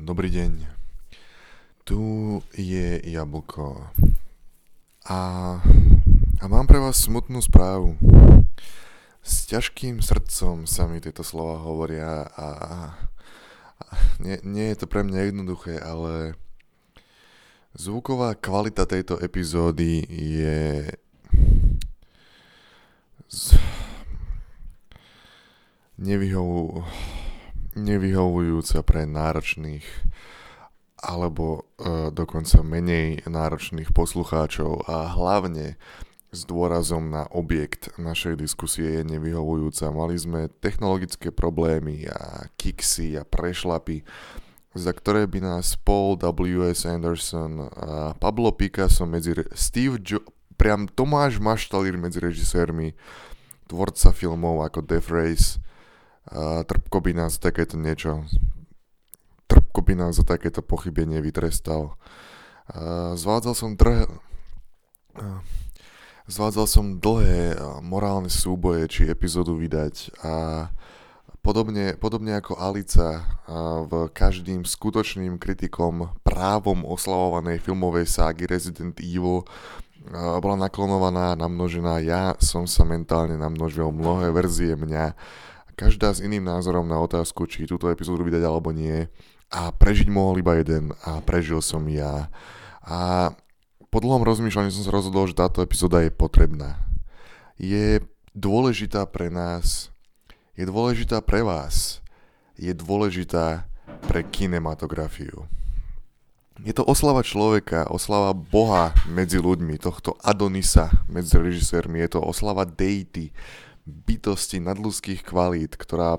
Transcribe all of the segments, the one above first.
Dobrý deň. Tu je Jablko. A, a mám pre vás smutnú správu. S ťažkým srdcom sa mi tieto slova hovoria a nie je to pre mňa jednoduché, ale zvuková kvalita tejto epizódy je nevyhovujúca pre náročných alebo dokonca menej náročných poslucháčov a hlavne s dôrazom na objekt našej diskusie je nevyhovujúca. Mali sme technologické problémy a kiksy a prešlapy, za ktoré by nás Paul W.S. Anderson a Pablo Picasso priam Tomáš Maštalír medzi režisérmi, tvorca filmov ako Death Race, Trpko by nás za takéto pochybenie vytrestal. Zvádzal som dlhé morálne súboje, či epizódu vydať a podobne ako Alica v každým skutočným kritikom právom oslavovanej filmovej ságy Resident Evil bola naklonovaná, namnožená. Ja som sa mentálne namnožil mnohé verzie mňa, každá s iným názorom na otázku, či túto epizódu vydať alebo nie. A prežiť mohol iba jeden a prežil som ja. A po dlhom rozmýšľaní som sa rozhodol, že táto epizóda je potrebná. Je dôležitá pre nás, je dôležitá pre vás, je dôležitá pre kinematografiu. Je to oslava človeka, oslava Boha medzi ľuďmi, tohto Adonisa medzi režisérmi, je to oslava deity, bytosti nadľudských kvalít, ktorá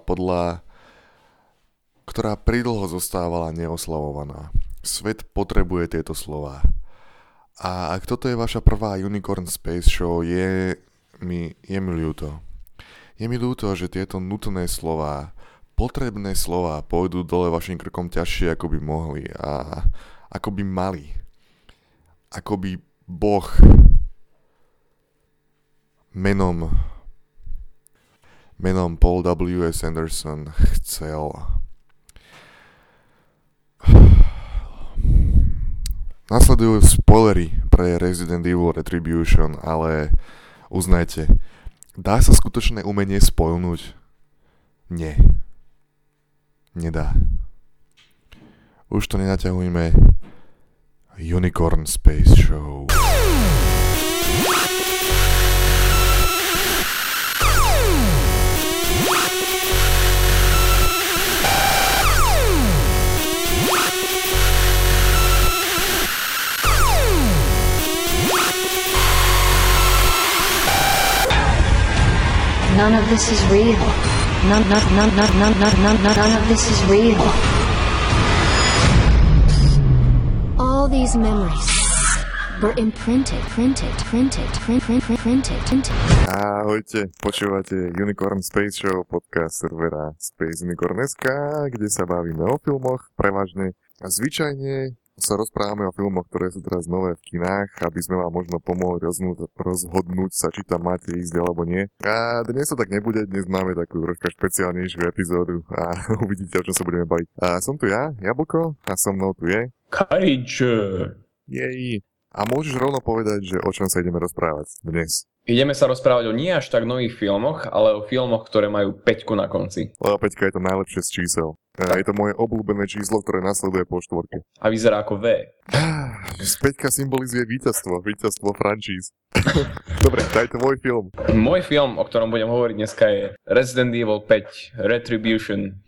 pridlho zostávala neoslavovaná. Svet potrebuje tieto slová. A ak toto je vaša prvá Unicorn Space Show, je mi ľúto. Je mi ľúto, že tieto nutné slová, potrebné slová pôjdu dole vašim krkom ťažšie, ako by mohli a ako by mali. Ako by Boh menom Paul W.S. Anderson chcel. Nasledujú spoilery pre Resident Evil Retribution, ale uznajte, dá sa skutočné umenie spoilnúť? Nie. Nedá. Už to nenaťahujme. Unicorn Space Show. None of this is real. None of this is real. All these memories were imprinted. Ahojte, počúvate Unicorn Space Show, podcast servera Space Unicorn.sk, kde sa bavíme o filmoch, prevažne a zvyčajne sa rozprávame o filmoch, ktoré sú teraz nové v kinách, aby sme vám možno pomohli rozhodnúť sa, či tam máte ísť alebo nie. A dnes to tak nebude, dnes máme takú troška špeciálnejšiu epizódu a uvidíte, o čom sa budeme baviť. A som tu ja, Jablko, a so mnou tu je Karič. Jej. A môžeš rovno povedať, že o čom sa ideme rozprávať dnes? Ideme sa rozprávať o nie až tak nových filmoch, ale o filmoch, ktoré majú 5 na konci. Lebo 5 je to najlepšie z čísel. Je to moje obľúbené číslo, ktoré nasleduje po 4. A vyzerá ako V. 5 symbolizuje víťazstvo frančíz. Dobre, daj to môj film. Môj film, o ktorom budem hovoriť dneska, je Resident Evil 5 Retribution.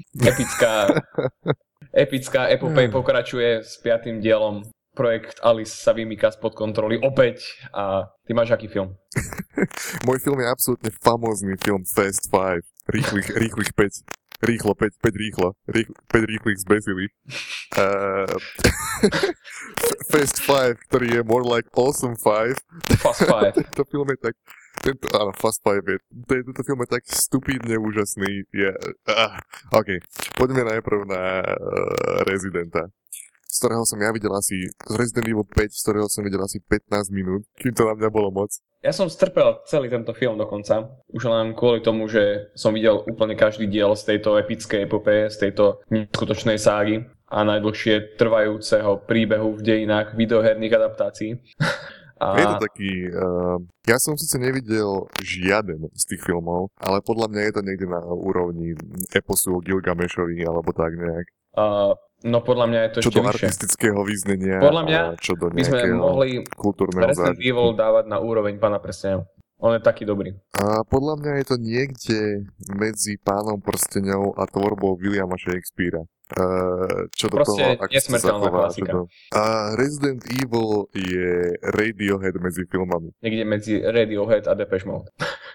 Epická epopej pokračuje s 5. dielom. Projekt Alice sa vymýka spod kontroly opäť. A ty máš aký film? Môj film je absolútne famózny film Fast 5. Rýchlych 5. Rýchlo, 5 rýchlo. 5 rýchlych zbesili. Fast 5, ktorý je more like Awesome 5. Fast 5. Tento film je tak... Fast 5 je... Tento film je tak stupidne úžasný. OK, poďme najprv na Residenta, z ktorého som ja videl z Resident Evil 5, z ktorého som videl asi 15 minút, kým to na mňa bolo moc. Ja som strpel celý tento film dokonca, už len kvôli tomu, že som videl úplne každý diel z tejto epickej epopeje, z tejto neskutočnej ságy. a najdlhšie trvajúceho príbehu v dejinách videoherných adaptácií. Je to taký... ja som síce nevidel žiaden z tých filmov, ale podľa mňa je to niekde na úrovni eposu o Gilgameshovi, alebo tak nejak. No podľa mňa je to čo ešte do vyššie. artistického význania, Podľa mňa čo do by sme mohli kultúrneho Resident zážitku. Evil dávať na úroveň Pána prstenov. On je taký dobrý. A podľa mňa je to niekde medzi Pánom prsteňov a tvorbou Williama Shakespearea. Čo do Proste toho, ako nesmrteľná klasika. A Resident Evil je Radiohead medzi filmami. Niekde medzi Radiohead a Depeche Mode.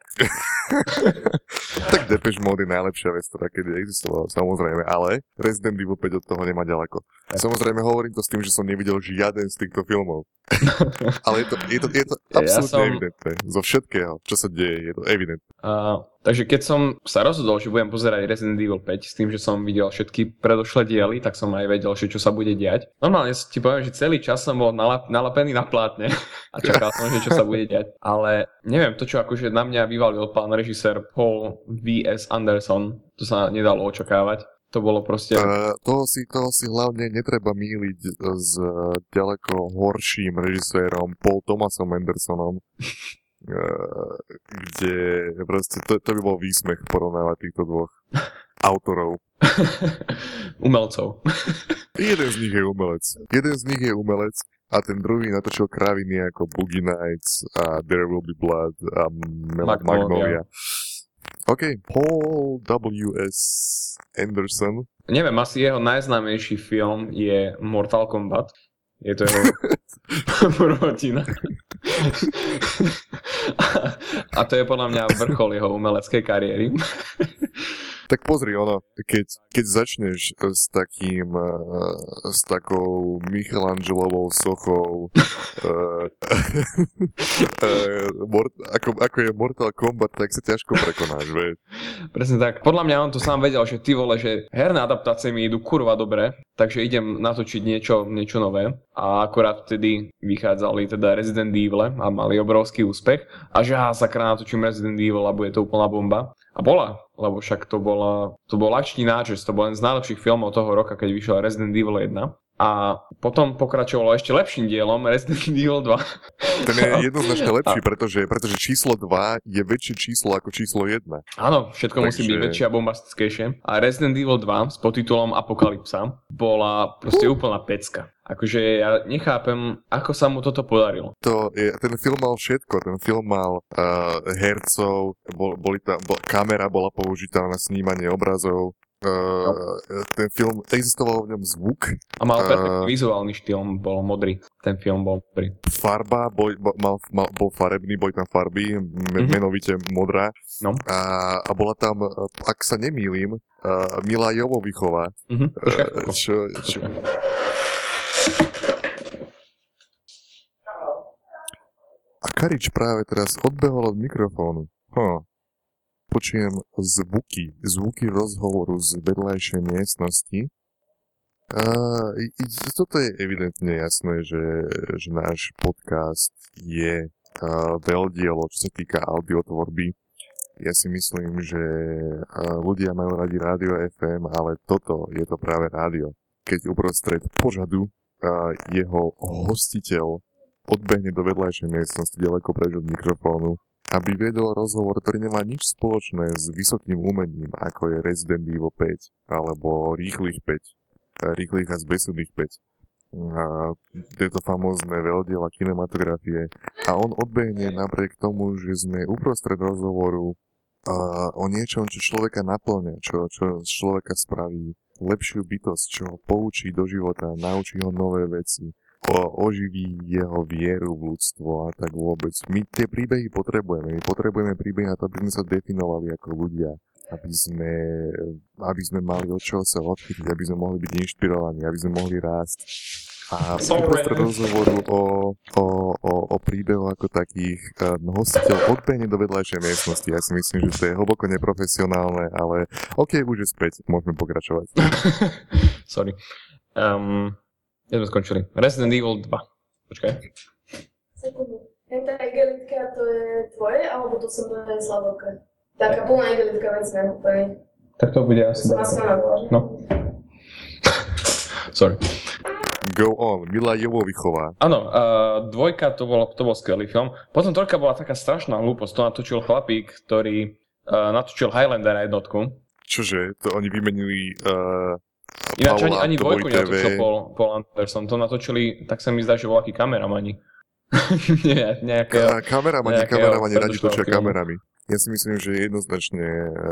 Tak Depeche Mode je najlepšia vec, ktorá kedy existovala, samozrejme, ale Resident Evil 5 od toho nemá ďaleko. Samozrejme hovorím to s tým, že som nevidel žiaden z týchto filmov. Ale je to absolútne evidentné. Zo všetkého, čo sa deje, je to evidentné. Takže keď som sa rozhodol, že budem pozerať Resident Evil 5 s tým, že som videl všetky predošlé diely, tak som aj vedel, že čo sa bude diať. Normálne ti poviem, že celý čas som bol nalapený na plátne a čakal som, že čo sa bude diať. Ale neviem, to čo akože na mňa vyvalil pán režisér Paul V.S. Anderson, to sa nedalo očakávať. To bolo proste... Toho si hlavne netreba míliť s ďaleko horším režisérom Paul Thomasom Andersonom. Kde proste to by bol výsmech porovnávať týchto dvoch autorov. Umelcov. Jeden z nich je umelec a ten druhý natočil kraviny ako Boogie Nights a There Will Be Blood a Magnolia. OK, Paul W.S. Anderson. Neviem, asi jeho najznámejší film je Mortal Kombat. Je to jeho prvotina. A to je podľa mňa vrchol jeho umeleckej kariéry. Tak pozri, keď začneš s takou Michelangelovou sochou ako je Mortal Kombat, tak sa ťažko prekonáš, vieš. Presne tak. Podľa mňa on to sám vedel, že ty vole, že herné adaptácie mi idú kurva dobre, takže idem natočiť niečo nové. A akorát vtedy vychádzali teda Resident Evil a mali obrovský úspech. A že sakra natočím Resident Evil a bude to úplná bomba. A bola, lebo však to bol akčný náčes, to bol jeden z najlepších filmov toho roka, keď vyšiel Resident Evil 1. A potom pokračovalo ešte lepším dielom Resident Evil 2. Ten je jednoznačne lepší, pretože číslo 2 je väčšie číslo ako číslo 1. Áno, všetko musí byť väčšie a bombastickejšie. A Resident Evil 2 s podtitulom Apokalypsa bola proste úplná pecka. Akože ja nechápem, ako sa mu toto podarilo. Ten film mal všetko. Ten film mal hercov, kamera bola použitá na snímanie obrazov. Ten film, existoval v ňom zvuk. A mal perfektný vizuálny štýl, bol modrý. Ten film bol dobrý. Farba, bol farebný, boli tam farby, menovite modrá. No. A bola tam, ak sa nemýlim, Mila Jovovichová. Počkaj. A Karič práve teraz odbehol od mikrofónu. Počujem zvuky rozhovoru z vedľajšej miestnosti. Toto je evidentne jasné, že náš podcast je veľdielo, čo sa týka audiotvorby. Ja si myslím, že ľudia majú radi rádio FM, ale toto je to práve rádio. Keď uprostred pořadu jeho hostiteľ odbehne do vedľajšej miestnosti ďaleko preč od mikrofónu, aby vedol rozhovor, ktorý nemá nič spoločné s vysokým umením, ako je Resident Evil 5, alebo Rýchlych a zbesudných 5. Tieto famózne veľdiela kinematografie. A on odbehne napriek tomu, že sme uprostred rozhovoru o niečom, čo človeka naplňa, čo z človeka spraví lepšiu bytosť, čo ho poučí do života, naučí ho nové veci, oživí jeho vieru v ľudstvo a tak vôbec. My tie príbehy potrebujeme. My potrebujeme príbehy na to, aby sme sa definovali ako ľudia. Aby sme mali od čoho sa odchytiť, aby sme mohli byť inšpirovaní, aby sme mohli rásť. A uprostred rozhovoru o príbehu ako takých hostiteľ odbehne do vedľajšej miestnosti. Ja si myslím, že to je hlboko neprofesionálne, ale OK, už je späť. Môžeme pokračovať. Sorry. Kde sme skončili? Resident Evil 2. Počkaj. Sekundu. Tá igelitka, to je tvoje, alebo to som je Slavovka? Taká plná igelitka vec, ne? Úplne. Tak to bude asi. No. Sorry. Go on, Mila Jovovichová. Áno, dvojka to bol skvelý film. Potom trojka bola taká strašná hlúposť. To natočil chlapík, ktorý natočil Highlander jednotku. Čože? To oni vymenili Ináč Paula, ani to dvojku boli natočil TV. Paul Anderson. To natočili, tak sa mi zdá, že voľakí kameramani. nejaké... Kameramani radi točia filmu. kamerami. Ja si myslím, že jednoznačne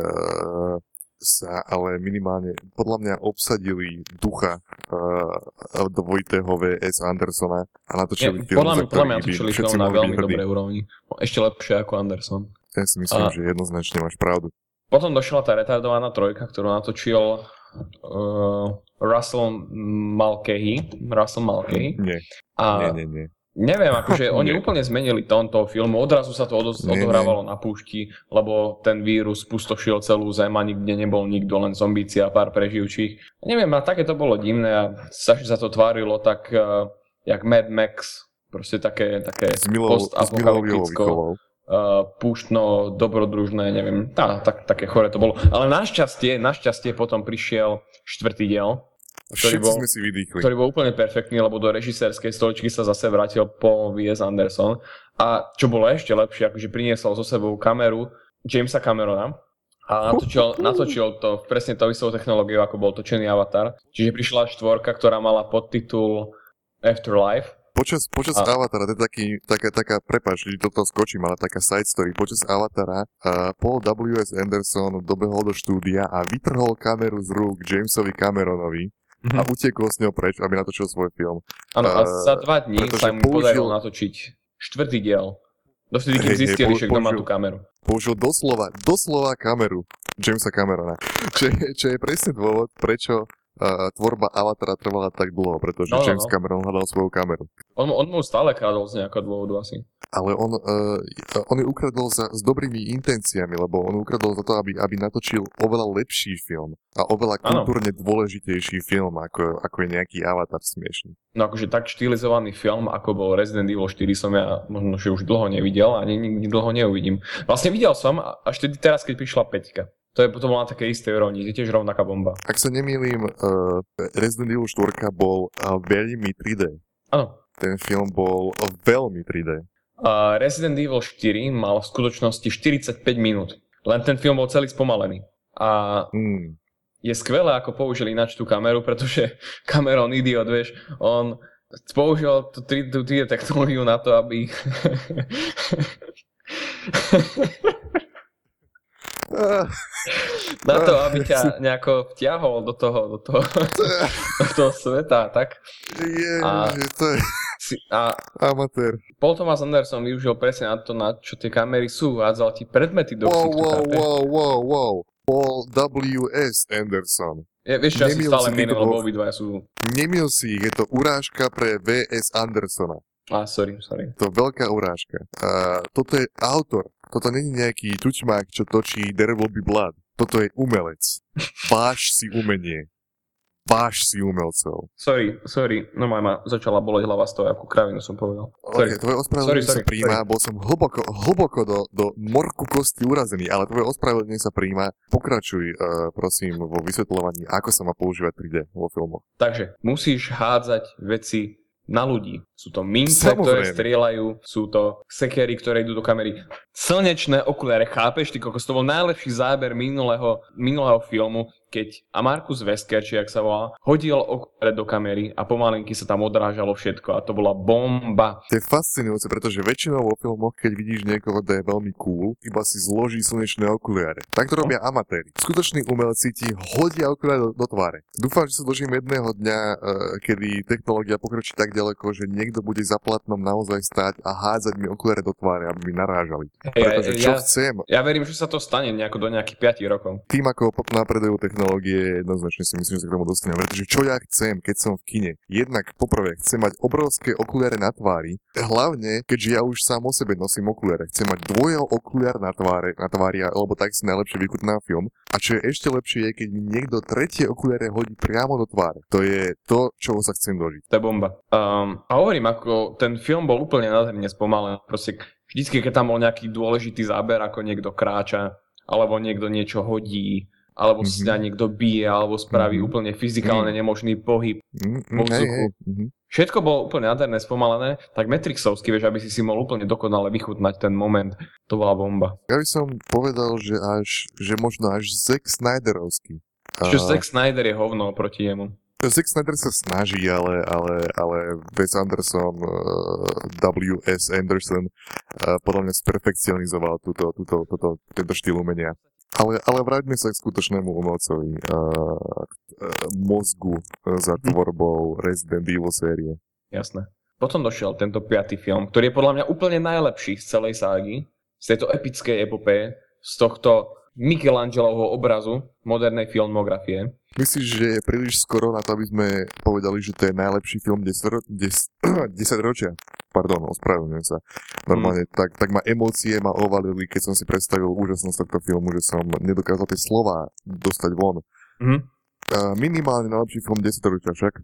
sa ale minimálne podľa mňa obsadili ducha dvojitého V.S. Andersona a natočili film, za Podľa mňa ktorý natočili všetci film na mohli veľmi byť hrdí. dobrej úrovni. Ešte lepšie ako Anderson. Ja si myslím, že jednoznačne máš pravdu. Potom došla tá retardovaná trojka, ktorú natočil Russell Mulcahy. Nie. A Nie. neviem, akože oni Nie. úplne zmenili tón toho filmu. Odrazu sa to odohrávalo na púšti, lebo ten vírus pustošil celú zem a nikde nebol nikto, len zombíci a pár preživčích. Neviem, a také to bolo divné a sa to tvárilo tak, jak Mad Max. Proste také S Milou postapokalypticko. Jovovichovou. Púštno, dobrodružné, neviem, také chore to bolo. Ale našťastie potom prišiel štvrtý diel, Všetci sme si vydýchli. ktorý bol úplne perfektný, lebo do režisérskej stoličky sa zase vrátil Paul V.S. Anderson. A čo bolo ešte lepšie, akože priniesol so sebou kameru Jamesa Camerona a natočil to presne tou istou technológiou, ako bol točený Avatar. Čiže prišla štvorka, ktorá mala podtitul Afterlife. Počas Avatara, to je taká, prepáč, že toto skočím, ale taká side story. Počas Avatara Paul W.S. Anderson dobehol do štúdia a vytrhol kameru z rúk Jamesovi Cameronovi a utiekol s ňou preč, aby natočil svoj film. Áno, a za 2 dní pretože sa mu podarilo natočiť štvrtý diel. Dovtedy, keď zistili, že kto má tú kameru. Použil doslova kameru Jamesa Camerona. Čo je presne dôvod, prečo tvorba Avatara trvala tak dlho, pretože James Cameron hľadal svoju kameru. On mu stále kradol z nejakého dôvodu asi. Ale on ju ukradol s dobrými intenciami, lebo on ukradol za to, aby natočil oveľa lepší film a oveľa kultúrne dôležitejší film, ako je nejaký Avatar smiešný. No akože tak štilizovaný film, ako bol Resident Evil 4, som ja možno, že už dlho nevidel a nikdy dlho neuvidím. Vlastne videl som až tedy teraz, keď prišla 5. To bolo na také isté úrovni, je tiež rovnaká bomba. Ak sa nemýlim, Resident Evil 4 bol veľmi 3D. Áno. Ten film bol veľmi 3D. Resident Evil 4 mal v skutočnosti 45 minút. Len ten film bol celý spomalený. A je skvelé, ako použili ináč tú kameru, pretože Cameron idiot, vieš, on použil tú 3D technológiu na to, aby... na to, aby ťa nejako vtiahol do toho sveta, tak? To je amatér. Paul Thomas Anderson využil presne na to, na čo tie kamery sú, hádzal ti predmety do ksichtu. Wow. Paul W.S. Anderson. Vieš, čo asi stále mýlim, lebo obidvaja sú... Nemil si ich, je to urážka pre V.S. Andersona. Sorry. To je veľká urážka. Toto je autor. Toto není nejaký tučmák, čo točí There Will Be Blood. Toto je umelec. Váž si umenie. Váž si umelcov. Sorry. No ma začala boleť hlava z toho, ako kravinu som povedal. Okay, tvoje ospravedlnenie sa príjma, bol som hlboko do morku kosti urazený, ale tvoje ospravedlenie sa príjma. Pokračuj, prosím, vo vysvetľovaní, ako sa má používať 3D vo filmoch. Takže musíš hádzať veci na ľudí. Sú to mince, ktoré strieľajú, sú to sekery, ktoré idú do kamery. Slnečné okuliare, chápeš? Ty kokos, to bol najlepší záber minulého filmu, keď Marcus Wesker, či jak sa volá, hodil okuliare do kamery a pomalinky sa tam odrážalo všetko a to bola bomba. To je fascinujúce, pretože väčšinou vo filmoch, keď vidíš niekoho, kto je veľmi cool, iba si zloží slnečné okuliare. Tak to robia amatéri. Skutoční umelci ti hodia okuliare do tváre. Dúfam, že sa dožím jedného dňa, kedy technológia pokročí tak ďaleko, že niekto bude za platnom naozaj stáť a hádzať mi okuliare do tváre, aby mi narážali. Pretože čo chcem? Ja verím, že sa to stane do nejakých 5 rokov. Tým, ako napredujú technológie, jednoznačne si myslím, že sa k tomu dostanem. Pretože čo ja chcem, keď som v kine? Jednak poprvé chcem mať obrovské okuliare na tvári, hlavne keďže ja už sám o sebe nosím okuliare. Chcem mať okuliar na tvári, lebo tak si najlepšie vychutná film. A čo je ešte lepšie je, keď mi niekto tretie okuliare hodí priamo do tváre. To je to, čoho sa chcem dožiť. To je bomba. A hovorím, ako ten film bol úplne nádherne spomalený. Proste vždycky, keď tam bol nejaký dôležitý záber, ako niekto kráča, alebo niekto niečo hodí, alebo sa niekto bije, alebo spraví úplne fyzikálne nemožný pohyb vo vzduchu. Všetko bolo úplne nádherné, spomalené, tak Matrixovský, vieš, aby si mohol úplne dokonale vychutnať ten moment. To bola bomba. Ja by som povedal, že možno až Zack Snyderovský. Čiže Zack Snyder je hovno proti jemu. Zack Snyder sa snaží, ale Wes Anderson, W.S. Anderson podľa mňa sperfekcionizoval tento štýl umenia. Ale vráťme sa k skutočnému umelcovi, mozgu za tvorbou Resident Evil série. Jasné. Potom došiel tento 5. film, ktorý je podľa mňa úplne najlepší z celej ságy, z tejto epickej epopeje, z tohto Michelangelovho obrazu modernej filmografie. Myslíš, že je príliš skoro na to, aby sme povedali, že to je najlepší film 10 ročia? Pardon, ospravedlňujem sa. Normálne, tak ma emócie ma ovalili, keď som si predstavil úžasnosť tohto filmu, že som nedokázal tie slova dostať von. Minimálne najlepší film 10 ročia však?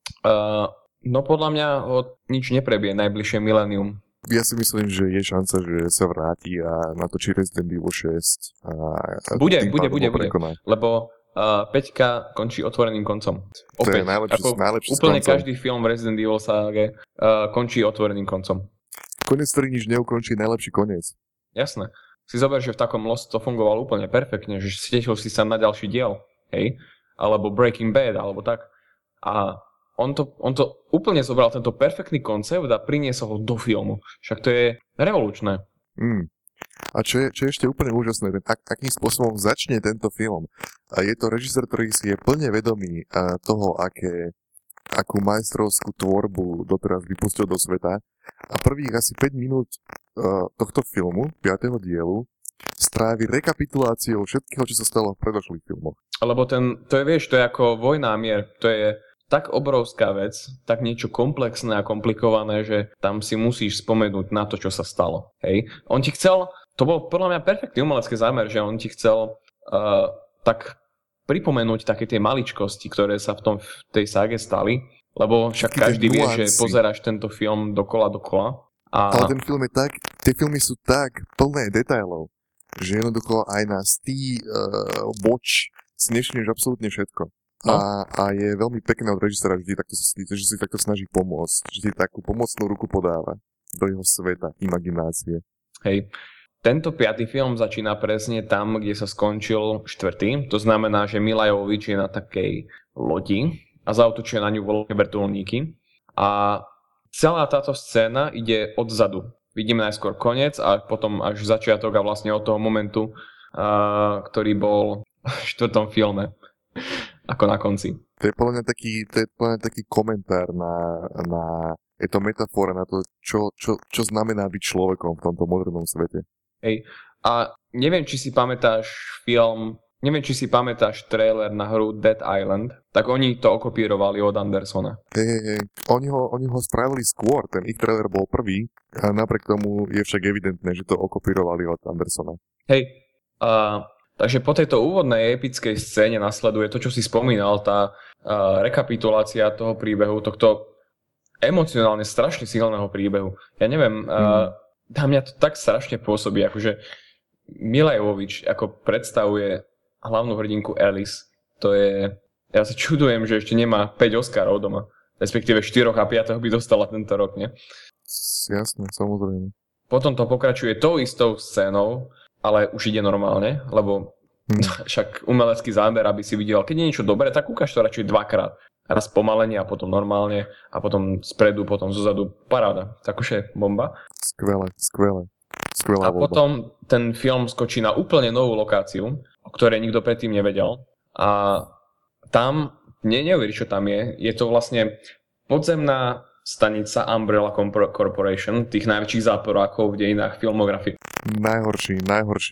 No podľa mňa nič neprebie najbližšie milénium. Ja si myslím, že je šanca, že sa vráti a natočí Resident Evil 6. Bude. Lebo 5 končí otvoreným koncom. Opäť, to je najlepší úplne každý film Resident Evil ságe končí otvoreným koncom. Koniec, ktorý nič neukončí, najlepší koniec. Jasné. Si zober, že v takom Lost to fungovalo úplne perfektne, že tešil si sa na ďalší diel, hej? Alebo Breaking Bad, alebo tak. A on to úplne zobral tento perfektný koncept a priniesol ho do filmu. Však to je revolučné. A čo je ešte úplne úžasné, akým spôsobom začne tento film. A je to režisér, ktorý si je plne vedomý toho, akú majstrovskú tvorbu doteraz vypustil do sveta. A prvých asi 5 minút tohto filmu, 5. dielu, strávi rekapituláciou všetkého, čo sa stalo v predošlých filmoch. Lebo to je ako Vojna a mier. To je tak obrovská vec, tak niečo komplexné a komplikované, že tam si musíš spomenúť na to, čo sa stalo. Hej? On ti chcel, to bol podľa mňa perfektný umelecký zámer, že on ti chcel tak pripomenúť také tie maličkosti, ktoré sa v tej ságe stali, lebo však každý vie, že pozeráš tento film dokola. Ale tie filmy sú tak plné detailov, že jednoducho aj na watch si nevšimneš absolútne všetko. No. A je veľmi pekné od režisera, že si takto snaží pomôcť, že ti takú pomocnú ruku podáva do jeho sveta, imaginácie. Hej, tento 5. film začína presne tam, kde sa skončil 4. To znamená, že Mila Jovovich je na takej lodi a zaútočuje na ňu veľké vrtuľníky. A celá táto scéna ide odzadu. Vidíme najskôr koniec a potom až začiatok a vlastne od toho momentu, ktorý bol v 4. filme. Ako na konci. To je podľa mňa taký komentár je to metafora na to, čo znamená byť človekom v tomto modernom svete. Hej, a neviem, či si pamätáš trailer na hru Dead Island, tak oni to okopírovali od Andersona. Hej, oni ho spravili skôr, ten ich trailer bol prvý, a napriek tomu je však evidentné, že to okopírovali od Andersona. Hej, takže po tejto úvodnej epickej scéne nasleduje to, čo si spomínal, tá rekapitulácia toho príbehu, tohto emocionálne strašne silného príbehu. Ja neviem, na mňa to tak strašne pôsobí, akože Mila Jovovich ako predstavuje hlavnú hrdinku Alice. Ja sa čudujem, že ešte nemá 5 Oscarov doma. Respektíve 4 a 5 by dostala tento rok, nie? Jasné, samozrejme. Potom to pokračuje tou istou scénou, ale už ide normálne, lebo však umelecký záber, aby si videl, keď je niečo dobré, tak ukáž to radšej 2-krát. Raz pomalenie a potom normálne a potom spredu, potom zozadu. Paráda. Tak už je bomba. Skvelé. A voľba. Potom ten film skočí na úplne novú lokáciu, o ktorej nikto predtým nevedel. A tam, neuveríš, čo tam je. Je to vlastne podzemná stanica Umbrella Corporation, tých najväčších záporákov v dejinách filmografie. Najhorší.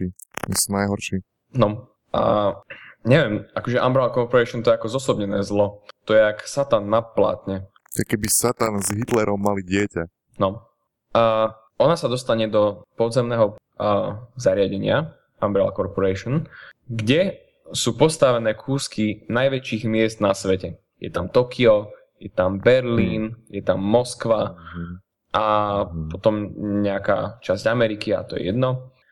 No a neviem, akože Umbrella Corporation to je ako zosobnené zlo. To je jak Satan na plátne. To keby Satan s Hitlerom mali dieťa. No. A ona sa dostane do podzemného zariadenia Umbrella Corporation, kde sú postavené kúsky najväčších miest na svete. Je tam Tokio, je tam Berlín, je tam Moskva a potom nejaká časť Ameriky a to je jedno.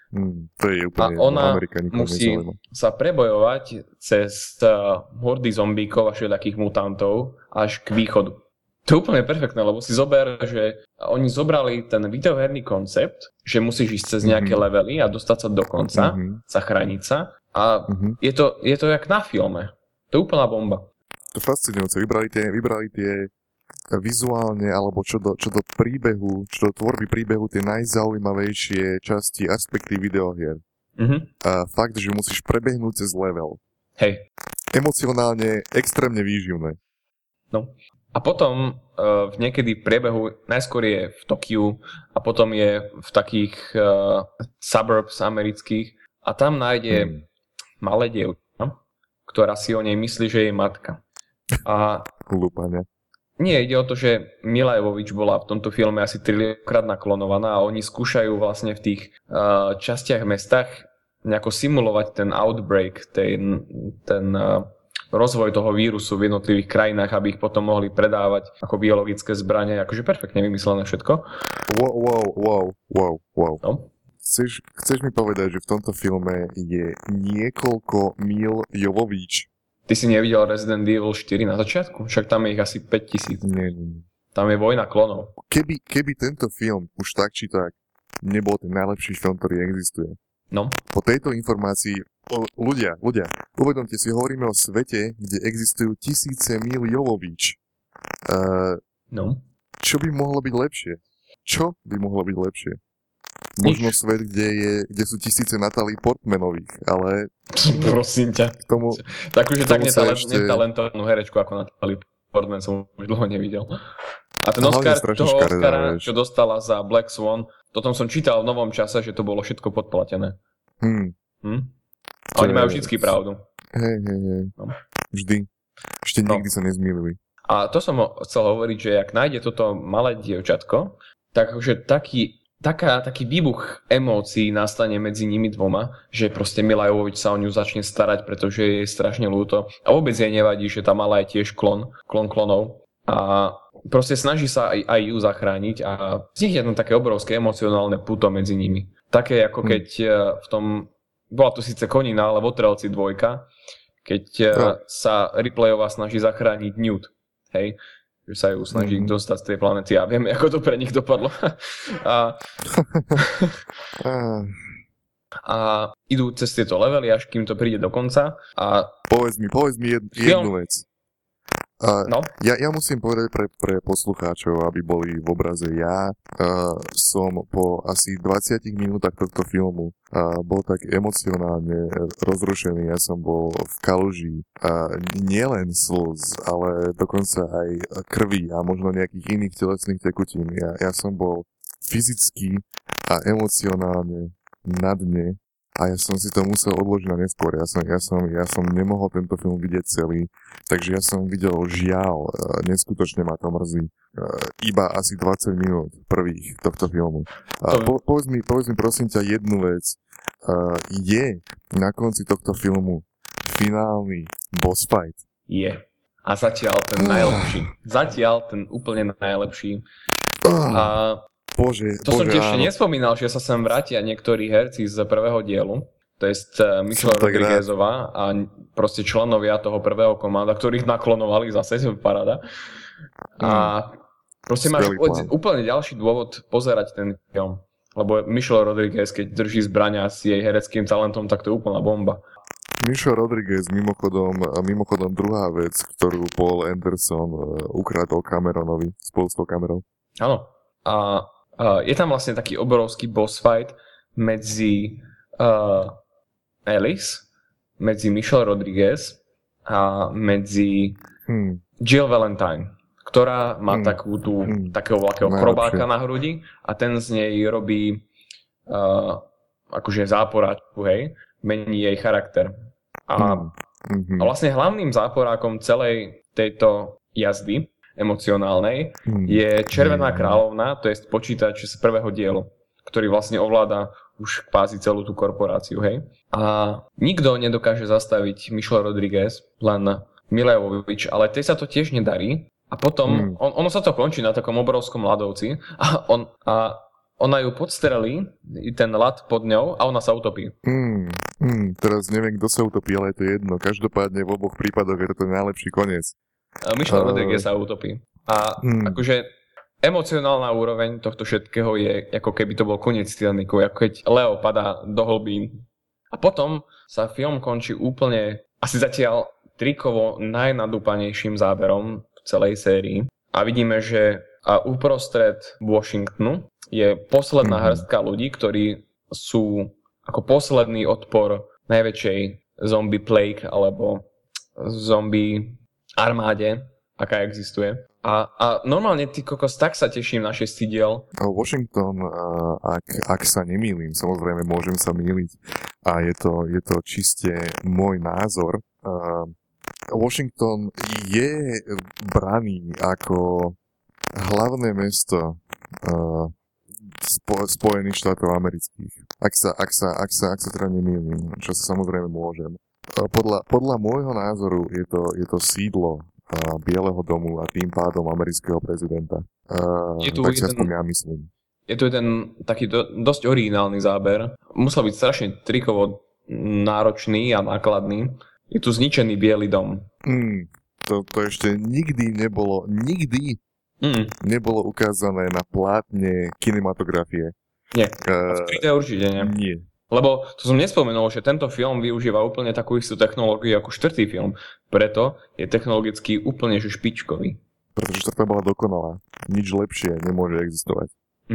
To je úplne A ona Amerika nikomu musí nezaujíma. sa prebojovať cez hordy zombíkov a všetkých mutantov až k východu. To je úplne perfektné, lebo si zober, že oni zobrali ten videoherný koncept, že musíš ísť cez nejaké levely a dostať sa do konca, zachrániť sa a je to jak na filme. To je úplná bomba. To je fascinujúce. Vybrali tie vizuálne, alebo čo do príbehu, čo do tvorby príbehu tie najzaujímavejšie časti, aspekty videohier. A fakt, že musíš prebehnúť cez level. Hej. Emocionálne extrémne výživné. No. A potom niekedy v priebehu najskôr je v Tokiu a potom je v takých suburbs amerických a tam nájde malé dievča, ktorá si o nej myslí, že je jej matka. A Hlúpania. nie, ide o to, že Mila Jovovich bola v tomto filme asi 3-krát naklonovaná a oni skúšajú vlastne v tých častiach mestách nejako simulovať ten outbreak, ten rozvoj toho vírusu v jednotlivých krajinách, aby ich potom mohli predávať ako biologické zbrane. Akože perfektne vymyslené všetko. Wow. No. Chceš mi povedať, že v tomto filme je niekoľko Mil Jovovich? Ty si nevidel Resident Evil 4 na začiatku? Však tam je ich asi 5000. Nie. Tam je vojna klonov. Keby tento film už tak či tak nebol ten najlepší film, ktorý existuje. No. Po tejto informácii, ľudia, uvedomte si, hovoríme o svete, kde existujú tisíce Mil Jovovich. No. Čo by mohlo byť lepšie? Možno svet, kde sú tisíce Natalie Portmanových, ale... Prosím ťa. K tomu, Takže tak ešte... netalentovanú herečku ako Natalie Portman som už dlho nevidel. A ten No, Oscar, strašne toho škaredá, Oscara, vieš. čo dostala za Black Swan, to tom som čítal v Novom čase, že to bolo všetko podplatené. A oni majú vždycky pravdu. Hej. No. Vždy. Ešte nikdy sa nezmýlili. A to som chcel hovoriť, že ak nájde toto malé dievčatko, tak akože taký výbuch emócií nastane medzi nimi dvoma, že proste Mila Jovovich sa o ňu začne starať, pretože je strašne ľúto. A vôbec jej nevadí, že tá malá je tiež klon klonov. A proste snaží sa aj ju zachrániť a vznikne tam také obrovské emocionálne puto medzi nimi. Také ako keď v tom, bola to síce konina, ale v Otrelci 2, keď sa Ripleyová snaží zachrániť Newt. Hej? Že sa ju snaží dostať z tej planety a vieme, ako to pre nich dopadlo. A idú cez tieto levely, až kým to príde do konca. A Povedz mi jednu vec. No. Ja musím povedať pre poslucháčov, aby boli v obraze. Ja som po asi 20 minútach tohto filmu bol tak emocionálne rozrušený. Ja som bol v kaluži nielen slz, ale dokonca aj krvi a možno nejakých iných telesných tekutín. Ja som bol fyzicky a emocionálne na dne. A ja som si to musel odložiť na neskôr. Ja som nemohol tento film vidieť celý, takže ja som videl žiaľ, neskutočne ma to mrzí, iba asi 20 minút prvých tohto filmu. Povedz mi prosím ťa jednu vec. Je na konci tohto filmu finálny boss fight? Je. A zatiaľ ten najlepší. Zatiaľ ten úplne najlepší. A Bože, som ti ešte áno. nespomínal, že sa sem vrátia niektorí herci z prvého dielu. To je Michelle Rodriguezová a proste členovia toho prvého komanda, ktorých naklonovali zase, paráda. A proste máš úplne ďalší dôvod pozerať ten film. Lebo Michelle Rodriguez, keď drží zbraňa s jej hereckým talentom, tak to je úplná bomba. Michelle Rodriguez, mimochodom druhá vec, ktorú Paul Anderson ukradol Cameronovi spolu s tou kamerou. Áno. A je tam vlastne taký obrovský boss fight medzi Alice, medzi Michelle Rodriguez a medzi Jill Valentine, ktorá má takého veľkého chrobáka na hrudi a ten z nej robí akože záporáčku, hej, mení jej charakter. A vlastne hlavným záporákom celej tejto jazdy emocionálnej je Červená kráľovna, to je počítač z prvého dielu, ktorý vlastne ovláda už kvázi celú tú korporáciu, hej. A nikto nedokáže zastaviť Michelle Rodriguez, len Mila Jovovich, ale tej sa to tiež nedarí. A potom, ono sa to končí na takom obrovskom ľadovci a ona ju podstrelí, ten ľad pod ňou a ona sa utopí. Teraz neviem, kto sa utopí, ale je to jedno. Každopádne v oboch prípadoch je to ten najlepší koniec. Michelle Rodriguez sa utopí. A akože emocionálna úroveň tohto všetkého je, ako keby to bol koniec Titanicu, ako keď Leo padá do hlbín. A potom sa film končí úplne, asi zatiaľ trikovo najnadúpanejším záberom v celej sérii. A vidíme, že uprostred Washingtonu je posledná hrstka ľudí, ktorí sú ako posledný odpor najväčšej zombie plague alebo zombie armáde, aká existuje. A normálne, ty kokos, tak sa teším na 6. diel. Washington, ak sa nemýlim, samozrejme môžem sa mýliť a je to čiste môj názor. Washington je braný ako hlavné mesto Spojených štátov amerických. Ak sa teda nemýlim, čo sa samozrejme môžem. Podľa môjho názoru je to sídlo Bieleho domu a tým pádom amerického prezidenta. Tak si aspoň ja myslím. Je tu jeden taký dosť originálny záber. Musel byť strašne trikovo náročný a nákladný. Je tu zničený Biely dom. To ešte nikdy nebolo ukázané na plátne kinematografie. Nie, v 3D určite nie. Nie. Lebo to som nespomenul, že tento film využíva úplne takú istú technológiu ako 4. film. Preto je technologicky úplne že špičkový. Pretože 4. bola dokonalá. Nič lepšie nemôže existovať.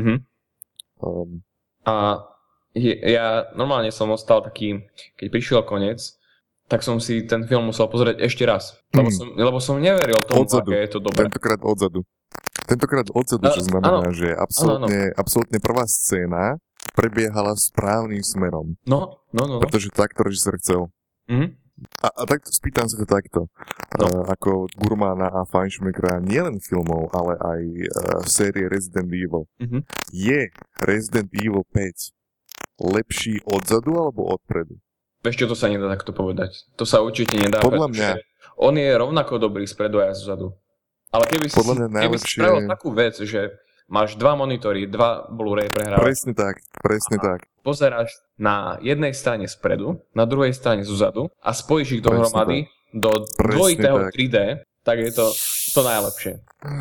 Ja normálne som ostal taký, keď prišiel koniec, tak som si ten film musel pozrieť ešte raz. Lebo som neveril tomu, aké je to dobré. Tentokrát odzadu, čo znamená, že absolútne prvá scéna prebiehala správnym smerom. No. Pretože tak to režisér chcel. A takto spýtam sa to takto. Ako gurmána a fajnšmekra nielen filmov, ale aj série Resident Evil. Je Resident Evil 5 lepší odzadu alebo odpredu? Vieš čo, to sa nedá takto povedať. To sa určite nedá. Podľa mňa. On je rovnako dobrý spredu aj zozadu. Ale keby si spravil takú vec, že máš 2 monitory, 2 Blu-ray prehrávač. Presne tak. Pozeráš na jednej strane spredu, na druhej strane zozadu a spojíš ich dohromady do dvojitého 3D, tak je to najlepšie.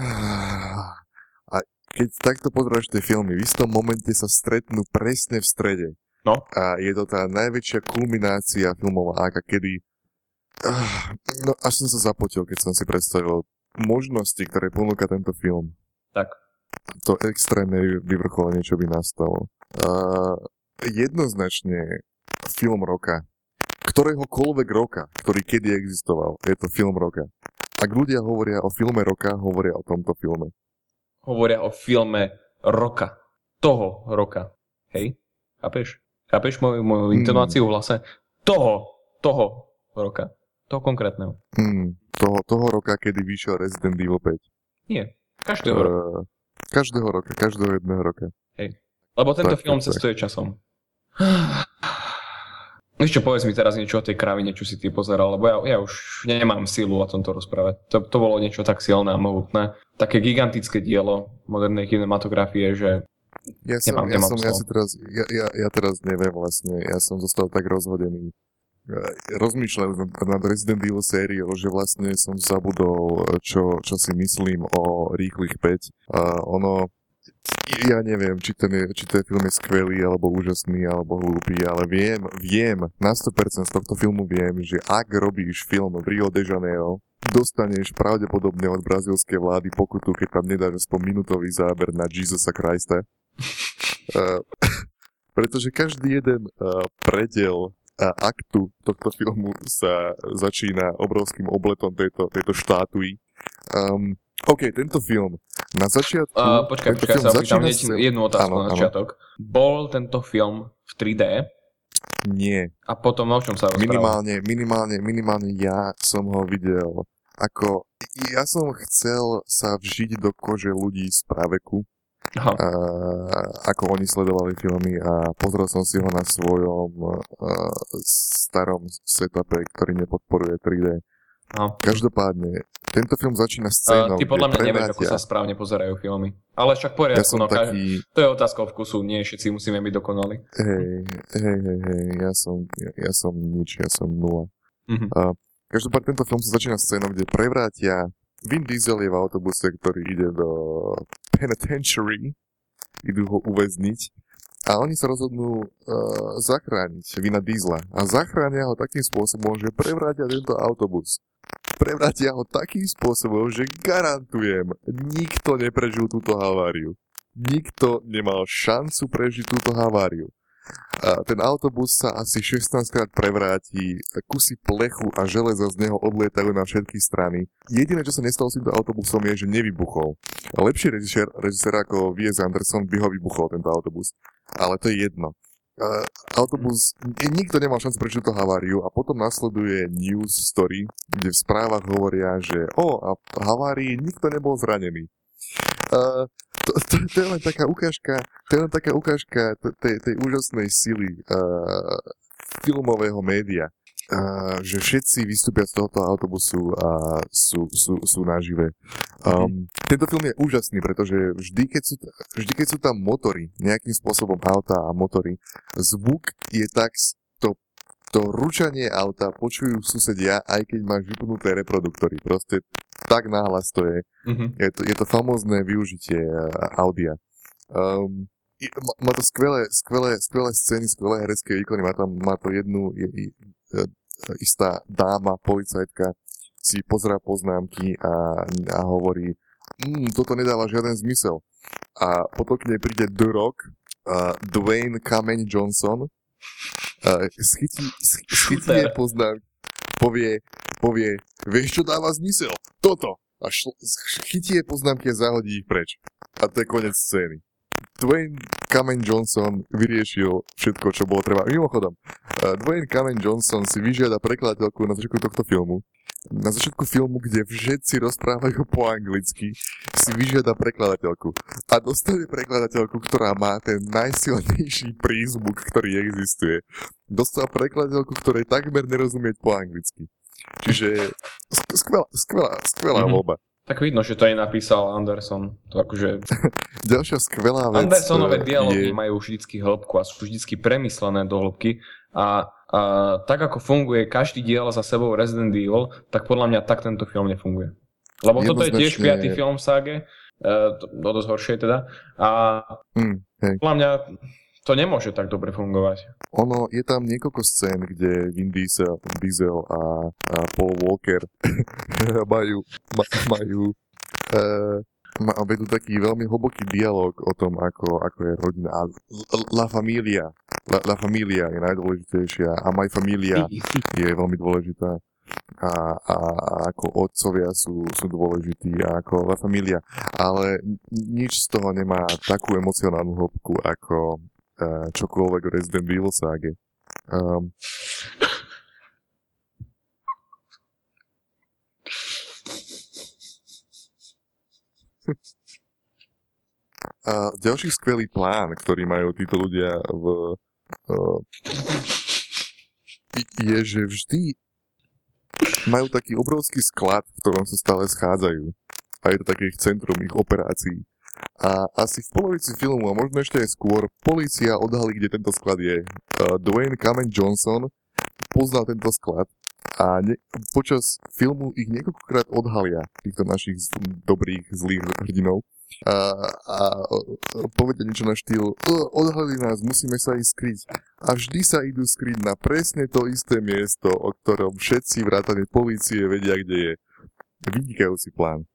A keď takto pozeráš tie filmy, v istom momente sa stretnú presne v strede. No. A je to tá najväčšia kulminácia filmová, aká kedy... až som sa zapotil, keď som si predstavil možnosti, ktoré ponúka tento film. Tak. To extrémne vyvrcholenie, čo by nastalo. Jednoznačne film roka. Ktoréhokoľvek roka, ktorý kedy existoval, je to film roka. Ak ľudia hovoria o filme roka, hovoria o tomto filme. Hovoria o filme roka. Toho roka. Hej? Chápeš? Chápeš moju intonáciu v hlase? Toho roka. Toho konkrétneho. Toho roka, kedy vyšiel Resident Evil 5. Nie. Každého roka. Každého jedného roka. Hej. Lebo tento film cestuje časom. Ešte povedz mi teraz niečo o tej kravine, čo si ty pozeral, lebo ja už nemám sílu o tomto rozprávať. To bolo niečo tak silné a mohutné. Také gigantické dielo modernej kinematografie, že ja teraz neviem vlastne. Ja som zostal tak rozhodený. Rozmýšľam nad Resident Evil sériou, že vlastne som zabudol, čo si myslím o Rýchlych 5. Ja neviem, či ten film je skvelý, alebo úžasný, alebo hlúpy, ale viem, na 100% z tohto filmu viem, že ak robíš film v Rio de Janeiro, dostaneš pravdepodobne od brazílskej vlády pokutu, keď tam nedáš aspoň minútový záber na Jesusa Christa. Pretože každý jeden predel aktu tohto filmu sa začína obrovským obletom tejto štátuji. Tento film na začiatku... Počkaj, sa opýtam jednu otázku na začiatok. Bol tento film v 3D? Nie. A potom o čom sa rozprával? Minimálne ja som ho videl ako... Ja som chcel sa vžiť do kože ľudí z praveku. Ako oni sledovali filmy a pozrel som si ho na svojom starom setupe, ktorý nepodporuje 3D. Každopádne Tento film začína scénou, Ty podľa mňa kde nevieš, ako sa správne pozerajú filmy. Ale však poriadku, Ja som taký... to je otázka vkusu, nie všetci musíme byť dokonali. Hej, ja som nič, ja som nula. Mhm. Každopádne tento film sa začína scénou, kde prevrátia. Vin Diesel je v autobuse, ktorý ide do penitentiary, idú ho uväzniť a oni sa rozhodnú zachrániť Vina Diesela a zachránia ho takým spôsobom, že prevrátia tento autobus. Prevrátia ho takým spôsobom, že garantujem, nikto neprežil túto haváriu. Nikto nemal šancu prežiť túto haváriu. Ten autobus sa asi 16 krát prevráti, kusy plechu a železa z neho odlietajú na všetky strany. Jediné, čo sa nestalo s týmto autobusom, je, že nevybuchol. Lepší režisér ako Wes Anderson by ho vybuchol, tento autobus. Ale to je jedno. Autobus, nikto nemal šancu prežiť túto haváriu a potom nasleduje news story, kde v správach hovoria, že a v havárii nikto nebol zranený. To je len taká ukážka, tej úžasnej sily filmového média, že všetci vystúpia z tohoto autobusu a sú nažive. Tento film je úžasný, pretože vždy, keď sú tam motory, nejakým spôsobom auta a motory, zvuk je tak, to ručanie auta počujú susedia, aj keď máš vypnuté reproduktory. Proste tak náhlas to je. Je to famózne využitie audia. Má to skvelé scény, skvelé herecké výkony. Má to jednu istá dáma, policajtka, si pozerá poznámky a hovorí, toto nedáva žiaden zmysel. A potom k nej príde The Rock, Dwayne Kameň Johnson, schytí jej poznámky, povie, vieš, čo dáva zmysel? Toto! A chytí jej poznámky a zahodí ich preč. A to je koniec scény. Dwayne Kameň Johnson vyriešil všetko, čo bolo treba. Mimochodom, Dwayne Kameň Johnson si vyžiada prekladateľku na začiatku tohto filmu. Na začiatku filmu, kde všetci rozprávajú po anglicky, si vyžiada prekladateľku. A dostane prekladateľku, ktorá má ten najsilnejší prízvuk, ktorý existuje. Dostal prekladateľku, ktorej takmer nerozumieť po anglicky. Čiže skvelá voľba. Tak vidno, že to aj napísal Anderson. To akože... Ďalšia skvelá vec Andersonové dialógy majú vždycky hĺbku a sú vždycky premyslené do hĺbky a tak ako funguje každý diel za sebou Resident Evil, tak podľa mňa tak tento film nefunguje. Lebo toto je tiež 5. film v ságe, dosť horšie teda, a podľa mňa to nemôže tak dobre fungovať. Je tam niekoľko scén, kde Vin Diesel a Paul Walker vedú taký veľmi hlboký dialog o tom, ako je rodina. La Familia je najdôležitejšia a My Familia je veľmi dôležitá. A ako otcovia sú dôležití a ako La Familia. Ale nič z toho nemá takú emocionálnu hĺbku ako čokoľvek Resident Evil ságe. A ďalší skvelý plán, ktorý majú títo ľudia je, že vždy majú taký obrovský sklad, v ktorom sa stále schádzajú. A je to také ich centrum, ich operácií. A asi v polovici filmu, a možno ešte aj skôr, polícia odhalí, kde tento sklad je. Dwayne Kameň Johnson poznal tento sklad a počas filmu ich niekoľkokrát odhalia, týchto našich dobrých, zlých hrdinov. A povedia niečo na štýl odhalili nás, musíme sa ísť skryť. A vždy sa idú skryť na presne to isté miesto, o ktorom všetci vrátane polície vedia, kde je. Vynikajúci plán.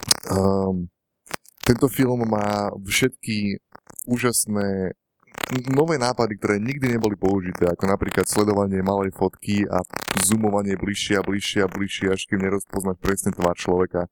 Tento film má všetky úžasné nové nápady, ktoré nikdy neboli použité, ako napríklad sledovanie malej fotky a zoomovanie bližšie, až kým nerozpoznáš presne tvár človeka.